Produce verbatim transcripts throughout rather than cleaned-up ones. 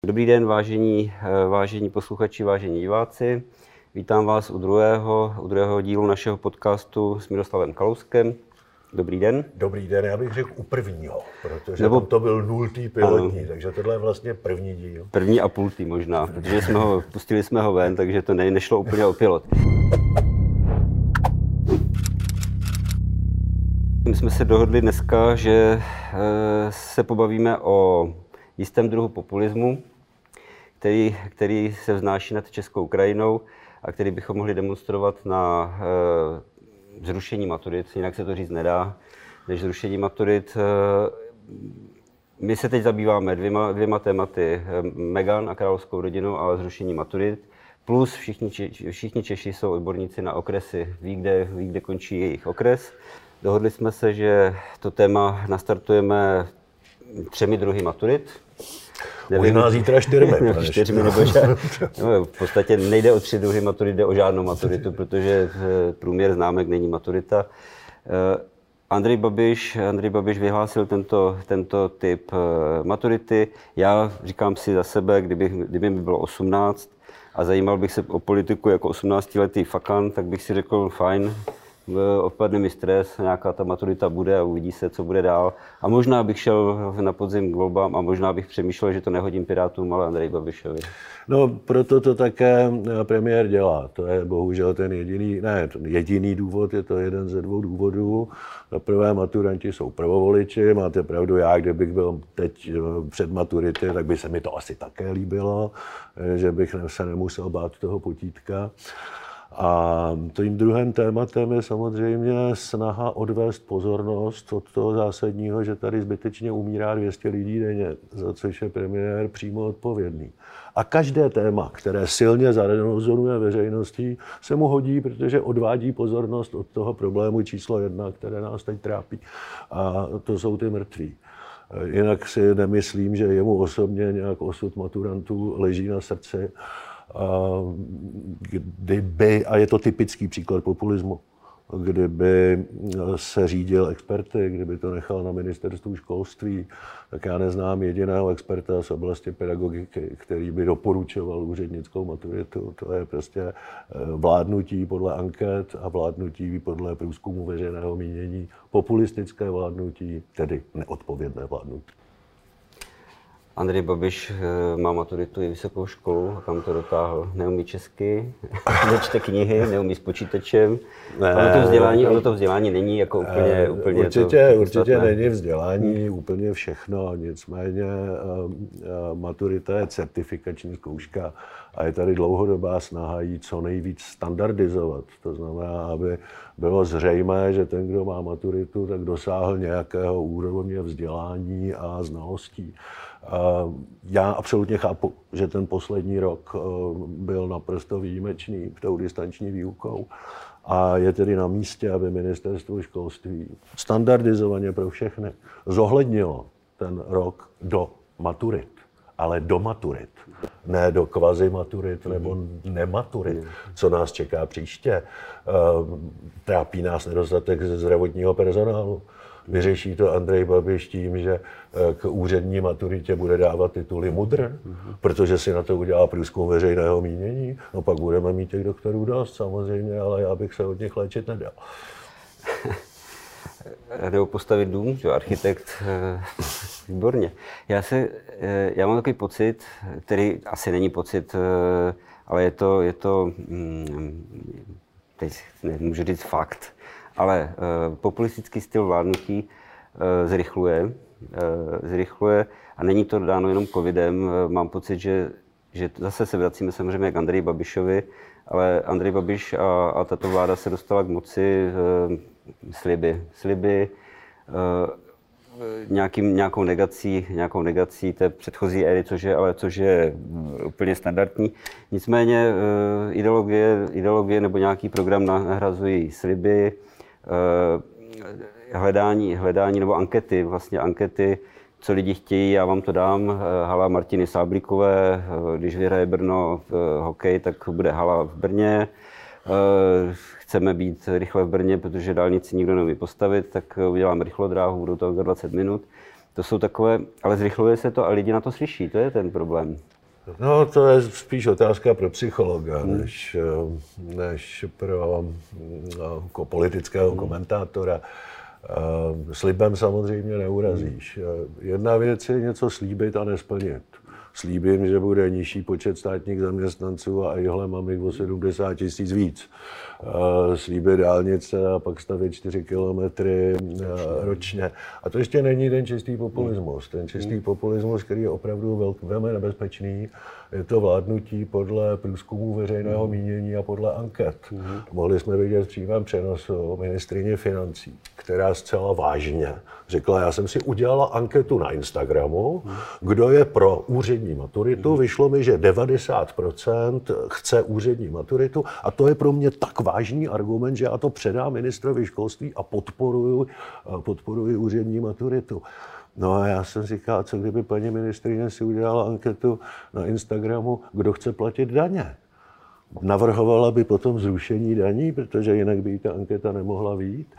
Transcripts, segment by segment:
Dobrý den, vážení, vážení posluchači, vážení diváci. Vítám vás u druhého, u druhého dílu našeho podcastu s Miroslavem Kalouskem. Dobrý den. Dobrý den, já bych řekl u prvního, protože Nebo... to byl nultý pilotní, ano. Takže tohle je vlastně první díl. První a půltý možná, protože jsme ho, pustili jsme ho ven, takže to ne, nešlo úplně o pilot. My jsme se dohodli dneska, že se pobavíme o jistém druhu populismu, který, který se vznáší nad Českou krajinou a který bychom mohli demonstrovat na e, zrušení maturit, jinak se to říct nedá, než zrušení maturit. E, my se teď zabýváme dvěma, dvěma tématy, Meghan a královskou rodinu a zrušení maturit, plus všichni, všichni Češi jsou odborníci na okresy, ví kde, ví, kde končí jejich okres. Dohodli jsme se, že to téma nastartujeme třemi druhy maturit. Možná zítra čtyřmi. čtyřmi nebo no, v podstatě nejde o tři druhy maturit, jde o žádnou maturitu, protože průměr známek není maturita. Andrej Babiš, Andrej Babiš vyhlásil tento, tento typ maturity. Já říkám si za sebe, kdyby, kdyby mi bylo osmnáct a zajímal bych se o politiku jako osmnáctiletý fakan, tak bych si řekl fajn, odpadne mi stres, nějaká ta maturita bude a uvidí se, co bude dál. A možná bych šel na podzim k volbám a možná bych přemýšlel, že to nehodím Pirátům, ale Andreji Babišovi. No, proto to také premiér dělá. To je bohužel ten jediný, ne, jediný důvod, je to jeden ze dvou důvodů. Za prvé, maturanti jsou prvovoliči, máte pravdu, já, kdybych byl teď před maturity, tak by se mi to asi také líbilo, že bych se nemusel bát toho potítka. A tím druhým tématem je samozřejmě snaha odvést pozornost od toho zásadního, že tady zbytečně umírá dvě stě lidí denně, za což je premiér přímo odpovědný. A každé téma, které silně zarezonuje veřejností, se mu hodí, protože odvádí pozornost od toho problému číslo jedna, které nás teď trápí. A to jsou ty mrtví. Jinak si nemyslím, že jemu osobně nějak osud maturantů leží na srdci. Kdyby, a je to typický příklad populismu, kdyby se řídil experty, kdyby to nechal na ministerstvu školství, tak já neznám jediného experta z oblasti pedagogiky, který by doporučoval úřednickou maturitu. To je prostě vládnutí podle anket a vládnutí podle průzkumu veřejného mínění, populistické vládnutí, tedy neodpovědné vládnutí. Andrej Babiš má maturitu i vysokou školu, a kam to dotáhl? Neumí česky, nečte knihy, neumí s počítačem. Ne, ale to vzdělání, ale to vzdělání není jako úplně, úplně určitě, to určitě není vzdělání hmm. úplně všechno, nicméně maturita je certifikační zkouška a je tady dlouhodobá snaha jí co nejvíc standardizovat. To znamená, aby bylo zřejmé, že ten, kdo má maturitu, tak dosáhl nějakého úrovně vzdělání a znalostí. Já absolutně chápu, že ten poslední rok byl naprosto výjimečný tou distanční výukou a je tedy na místě, aby ministerstvo školství standardizovaně pro všechny zohlednilo ten rok do maturit, ale do maturit, ne do kvazimaturit nebo nematurit, co nás čeká příště. Trápí nás nedostatek zdravotního personálu. Vyřeší to Andrej Babiš tím, že k úřední maturitě bude dávat tituly mudr, protože si na to udělá průzkum veřejného mínění. No pak budeme mít těch doktorů dost samozřejmě, ale já bych se od nich léčit nedal. Nebo postavit dům, že architekt, výborně. Já, se, já mám takový pocit, který asi není pocit, ale je to, je to teď nemůžu říct fakt, ale uh, populistický styl vládnutí uh, zrychluje, uh, zrychluje a není to dáno jenom covidem. Uh, mám pocit, že, že zase se vracíme samozřejmě k Andreji Babišovi, ale Andrej Babiš a, a tato vláda se dostala k moci uh, sliby, sliby uh, nějakým, nějakou negací, nějakou negací té předchozí éry, což je, ale což je úplně standardní. Nicméně uh, ideologie, ideologie nebo nějaký program nahrazují sliby, hledání, hledání nebo ankety, vlastně ankety, co lidi chtějí, já vám to dám. Hala Martiny Sáblíkové, když vyhraje Brno v hokej, tak bude hala v Brně. Chceme být rychle v Brně, protože dálnici nikdo neumí postavit, tak uděláme rychlodráhu, budou to za dvacet minut. To jsou takové, ale zrychluje se to a lidi na to slyší, to je ten problém. No, to je spíš otázka pro psychologa, hmm. než, než pro jako politického hmm. komentátora. Slibem samozřejmě neurazíš. Jedna věc je něco slíbit a nesplnit. Slíbím, že bude nižší počet státních zaměstnanců a ihle mám jich o sedmdesát tisíc víc. Slíbit dálnice a pak stavět čtyři kilometry ročně. A to ještě není ten čistý populismus. Ten čistý populismus, který je opravdu velmi nebezpečný, je to vládnutí podle průzkumů veřejného mínění a podle anket. Mm-hmm. Mohli jsme vidět v přímém přenosu ministryně financí, která zcela vážně řekla, já jsem si udělala anketu na Instagramu, mm. kdo je pro úřední maturitu. Mm. Vyšlo mi, že devadesát procent chce úřední maturitu a to je pro mě tak vážný argument, že já to předám ministrovi školství a podporuji, podporuji úřední maturitu. No a já jsem říkal, co kdyby paní ministryně si udělala anketu na Instagramu, kdo chce platit daně. Navrhovala by potom zrušení daní, protože jinak by jí ta anketa nemohla vyjít.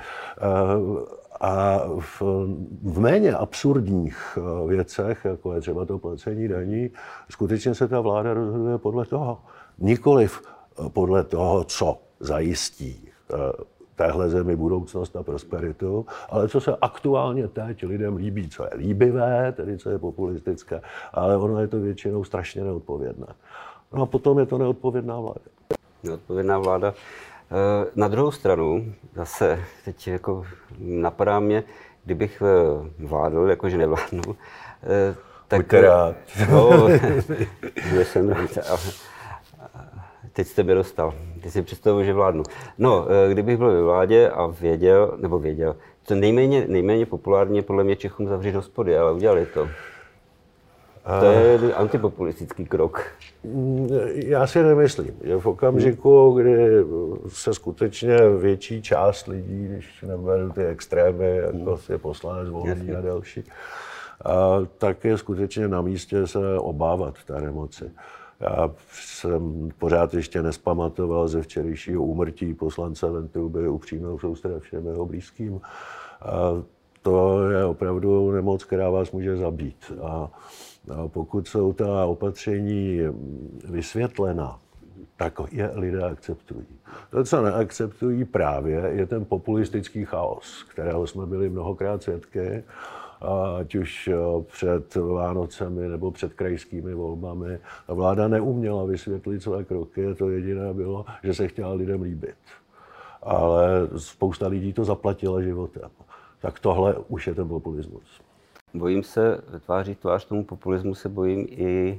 A v, v méně absurdních věcech, jako je třeba to placení daní, skutečně se ta vláda rozhoduje podle toho. Nikoliv podle toho, co zajistí téhle zemi budoucnost a prosperitu, ale co se aktuálně teď lidem líbí, co je líbivé, tedy co je populistické, ale ono je to většinou strašně neodpovědné. No a potom je to neodpovědná vláda. Neodpovědná vláda. Na druhou stranu, zase teď jako napadá mě, kdybych vládl, jakože nevládnu, tak... Buďte rád. No, jsem rád, ale teď jste by dostal. Teď si představuji, že vládnu. No, kdybych byl ve vládě a věděl, nebo věděl, to nejméně, nejméně populární je podle mě Čechům zavřít hospody, ale udělali to. To je antipopulistický krok. Já si nemyslím, že v okamžiku, kdy se skutečně větší část lidí, když neberu ty extrémy, jako je poslanec Volný a další, tak je skutečně na místě se obávat té nemoci. Já jsem pořád ještě nespamatoval ze včerejšího úmrtí poslance Ventruby upřímnou soustrast všem jeho blízkým. A to je opravdu nemoc, která vás může zabít. A pokud jsou ta opatření vysvětlena, tak je lidé akceptují. To, co neakceptují právě, je ten populistický chaos, kterého jsme byli mnohokrát svědky, ať už před Vánocemi nebo před krajskými volbami. A vláda neuměla vysvětlit své kroky, to jediné bylo, že se chtěla lidem líbit. Ale spousta lidí to zaplatila životem. Tak tohle už je ten populismus. Bojím se, tváří tvář tomu populismu se bojím i,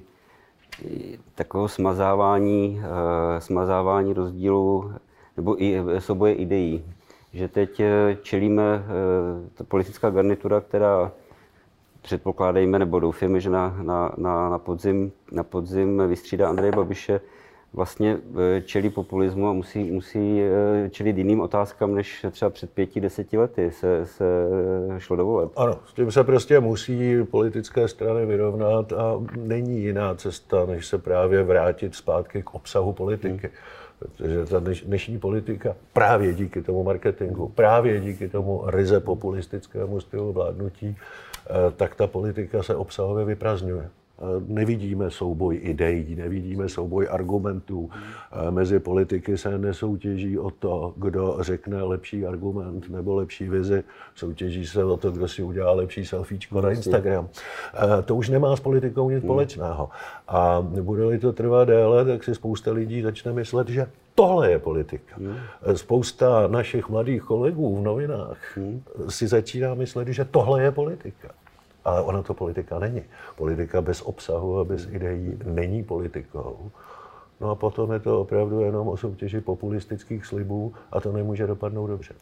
i takového smazávání, uh, smazávání rozdílu nebo i souboje ideí. Že teď čelíme uh, ta politická garnitura, která předpokládejme nebo doufáme, že na, na, na, na, podzim, na podzim vystřídá Andreje Babiše, vlastně čelí populismu a musí, musí čelit jiným otázkám, než třeba před pěti, deseti lety se, se šlo do voleb. Ano, s tím se prostě musí politické strany vyrovnat a není jiná cesta, než se právě vrátit zpátky k obsahu politiky. Hmm. Protože ta dnešní politika právě díky tomu marketingu, právě díky tomu ryze populistickému stylu vládnutí, tak ta politika se obsahově vyprazdňuje. Nevidíme souboj ideí, nevidíme souboj argumentů. Mezi politiky se nesoutěží o to, kdo řekne lepší argument nebo lepší vizi. Soutěží se o to, kdo si udělá lepší selfiečko na Instagram. To už nemá s politikou nic společného. A bude-li to trvat déle, tak si spousta lidí začne myslet, že tohle je politika. Spousta našich mladých kolegů v novinách si začíná myslet, že tohle je politika. Ale ona to politika není. Politika bez obsahu a bez ideí není politikou. No a potom je to opravdu jenom o soutěži populistických slibů a to nemůže dopadnout dobře.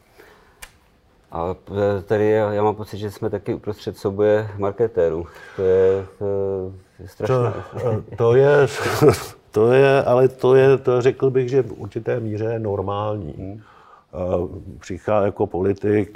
A tady já mám pocit, že jsme taky uprostřed souboje marketérů. To je, to je strašné. To, to je, to je, ale to je, to řekl bych, že v určité míře je normální. Hmm. Přichází jako politik,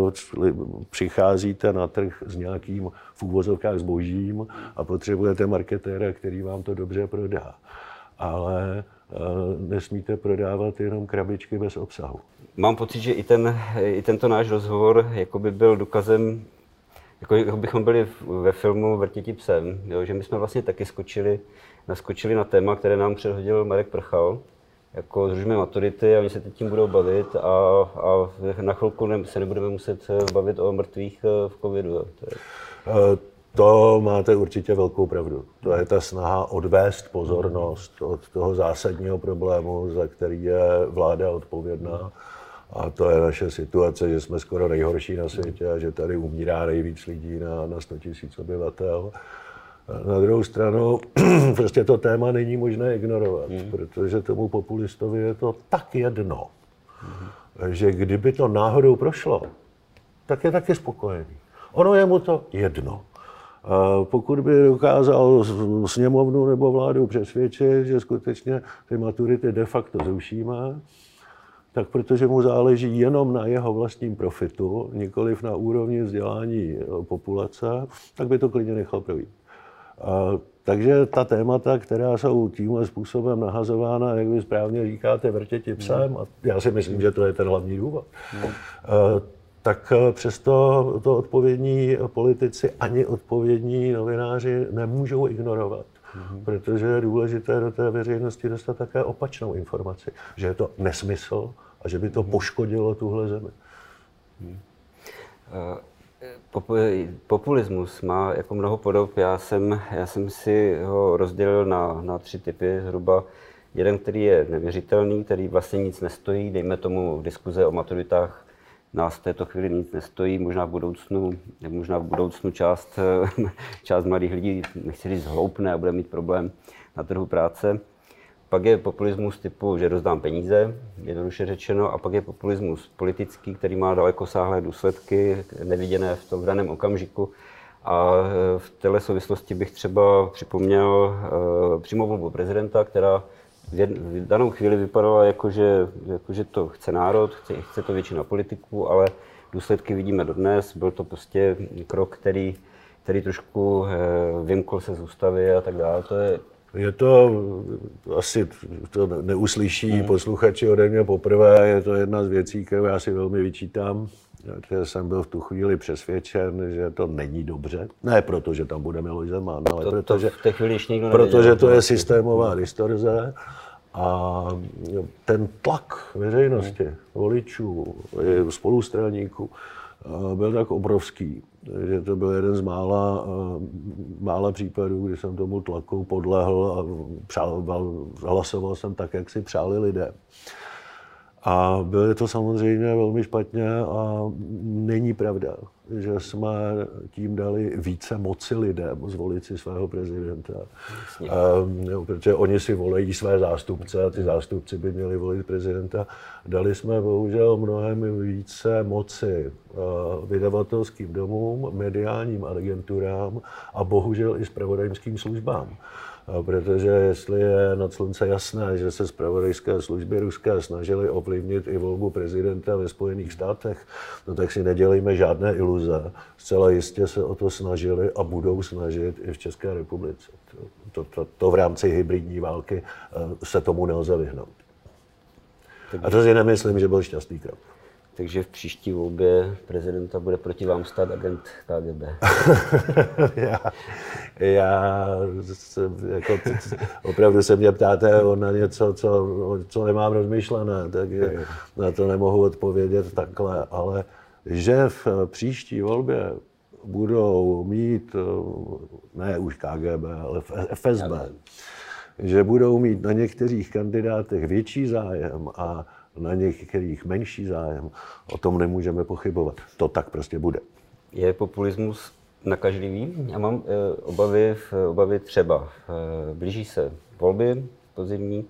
přicházíte na trh s nějakým v úvozovkách zbožím a potřebujete marketéra, který vám to dobře prodá. Ale nesmíte prodávat jenom krabičky bez obsahu. Mám pocit, že i, ten, i tento náš rozhovor jakoby byl důkazem, jako, jako bychom byli ve filmu Vrtěti psem, jo, že my jsme vlastně taky skočili, naskočili na téma, které nám předhodil Marek Prchal, jako zrušíme maturity a oni se teď tím budou bavit a, a na chvilku ne, se nebudeme muset bavit o mrtvých v covidu. Jo. To, je... to máte určitě velkou pravdu. To je ta snaha odvést pozornost od toho zásadního problému, za který je vláda odpovědná. A to je naše situace, že jsme skoro nejhorší na světě a že tady umírá nejvíc lidí na, na sto tisíc obyvatel. Na druhou stranu, prostě to téma není možné ignorovat, hmm. protože tomu populistovi je to tak jedno, hmm. že kdyby to náhodou prošlo, tak je taky spokojený. Ono je mu to jedno. A pokud by dokázal sněmovnu nebo vládu přesvědčit, že skutečně ty maturity de facto zrušíme, tak protože mu záleží jenom na jeho vlastním profitu, nikoliv na úrovni vzdělání populace, tak by to klidně nechal projít. A, takže ta témata, která jsou tímhle způsobem nahazována, jak vy správně říkáte, vrtěti psem, a já si myslím, že to je ten hlavní důvod, a, tak přesto to odpovědní politici ani odpovědní novináři nemůžou ignorovat. Mm-hmm. Protože je důležité do té veřejnosti dostat také opačnou informaci, že je to nesmysl a že by to poškodilo tuhle zemi. Mm. Populismus má jako mnoho podob. Já jsem, já jsem si ho rozdělil na, na tři typy zhruba. Jeden, který je nevěřitelný, který vlastně nic nestojí, dejme tomu diskuze o maturitách nás v této chvíli nic nestojí, možná v budoucnu, možná v budoucnu část, část mladých lidí, nechci říct, zhloupne a bude mít problém na trhu práce. Pak je populismus typu, že rozdám peníze, jednoduše řečeno, a pak je populismus politický, který má dalekosáhlé důsledky, neviděné v tom v daném okamžiku. A v této souvislosti bych třeba připomněl uh, přímou volbu prezidenta, která v danou chvíli vypadala jako, že, jako, že to chce národ, chce, chce to většina politiků, ale důsledky vidíme dodnes. Byl to prostě krok, který, který trošku uh, vymkl se z ústavy a tak dále. To je Je to, asi to neuslyší mm. posluchači ode mě poprvé, je to jedna z věcí, kterou já si velmi vyčítám. Já jsem byl v tu chvíli přesvědčen, že to není dobře. Ne proto, že tam bude Miloš Zeman, ale to, protože, to v té chvíli ještě nikdo protože to je systémová distorze a ten tlak veřejnosti, mm. voličů, spolustraníků byl tak obrovský, že to byl jeden z mála, mála případů, kdy jsem tomu tlaku podlehl a přál, hlasoval jsem tak, jak si přáli lidé. A bylo to samozřejmě velmi špatně a není pravda, že jsme tím dali více moci lidem zvolit si svého prezidenta. Um, protože oni si volejí své zástupce a ty zástupci by měli volit prezidenta. Dali jsme bohužel mnohem více moci uh, vydavatelským domům, mediálním agenturám a bohužel i zpravodajským službám. Protože jestli je nad slunce jasné, že se zpravodajské služby ruské snažily ovlivnit i volbu prezidenta ve Spojených státech, no tak si nedělejme žádné iluze. Zcela jistě se o to snažili a budou snažit i v České republice. To, to, to v rámci hybridní války se tomu nelze vyhnout. A to si nemyslím, že byl šťastný krok. Takže v příští volbě prezidenta bude proti vám stát agent K G B. já, já jsem, jako, opravdu se mě ptáte o na něco, co, co nemám rozmyšlené, takže na to nemohu odpovědět takhle, ale že v příští volbě budou mít, ne už K G B, ale F S B, že budou mít na některých kandidátech větší zájem a na některých menší zájem, o tom nemůžeme pochybovat. To tak prostě bude. Je populismus nakažlivý? Já mám e, obavy, obavy třeba. E, blíží se volby podzimní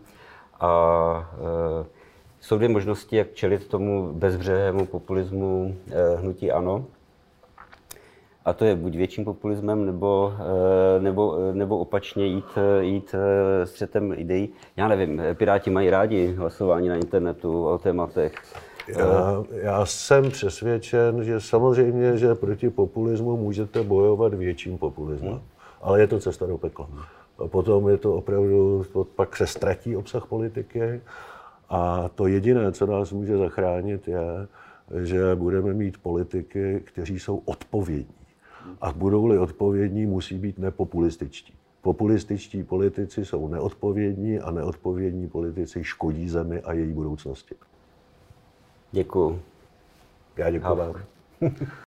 a e, jsou dvě možnosti, jak čelit tomu bezbřehému populismu e, hnutí ANO. A to je buď větším populismem, nebo, nebo, nebo opačně jít, jít střetem ideí. Já nevím, Piráti mají rádi hlasování na internetu o tématech. Já, já jsem přesvědčen, že samozřejmě, že proti populismu můžete bojovat větším populismem, hmm. ale je to cesta do pekla. A potom je to opravdu, pak se ztratí obsah politiky a to jediné, co nás může zachránit, je, že budeme mít politiky, kteří jsou odpovědní A budou-li odpovědní, musí být nepopulističtí. Populističtí politici jsou neodpovědní a neodpovědní politici škodí zemi a její budoucnosti. Děkuju. Já děkuji vám.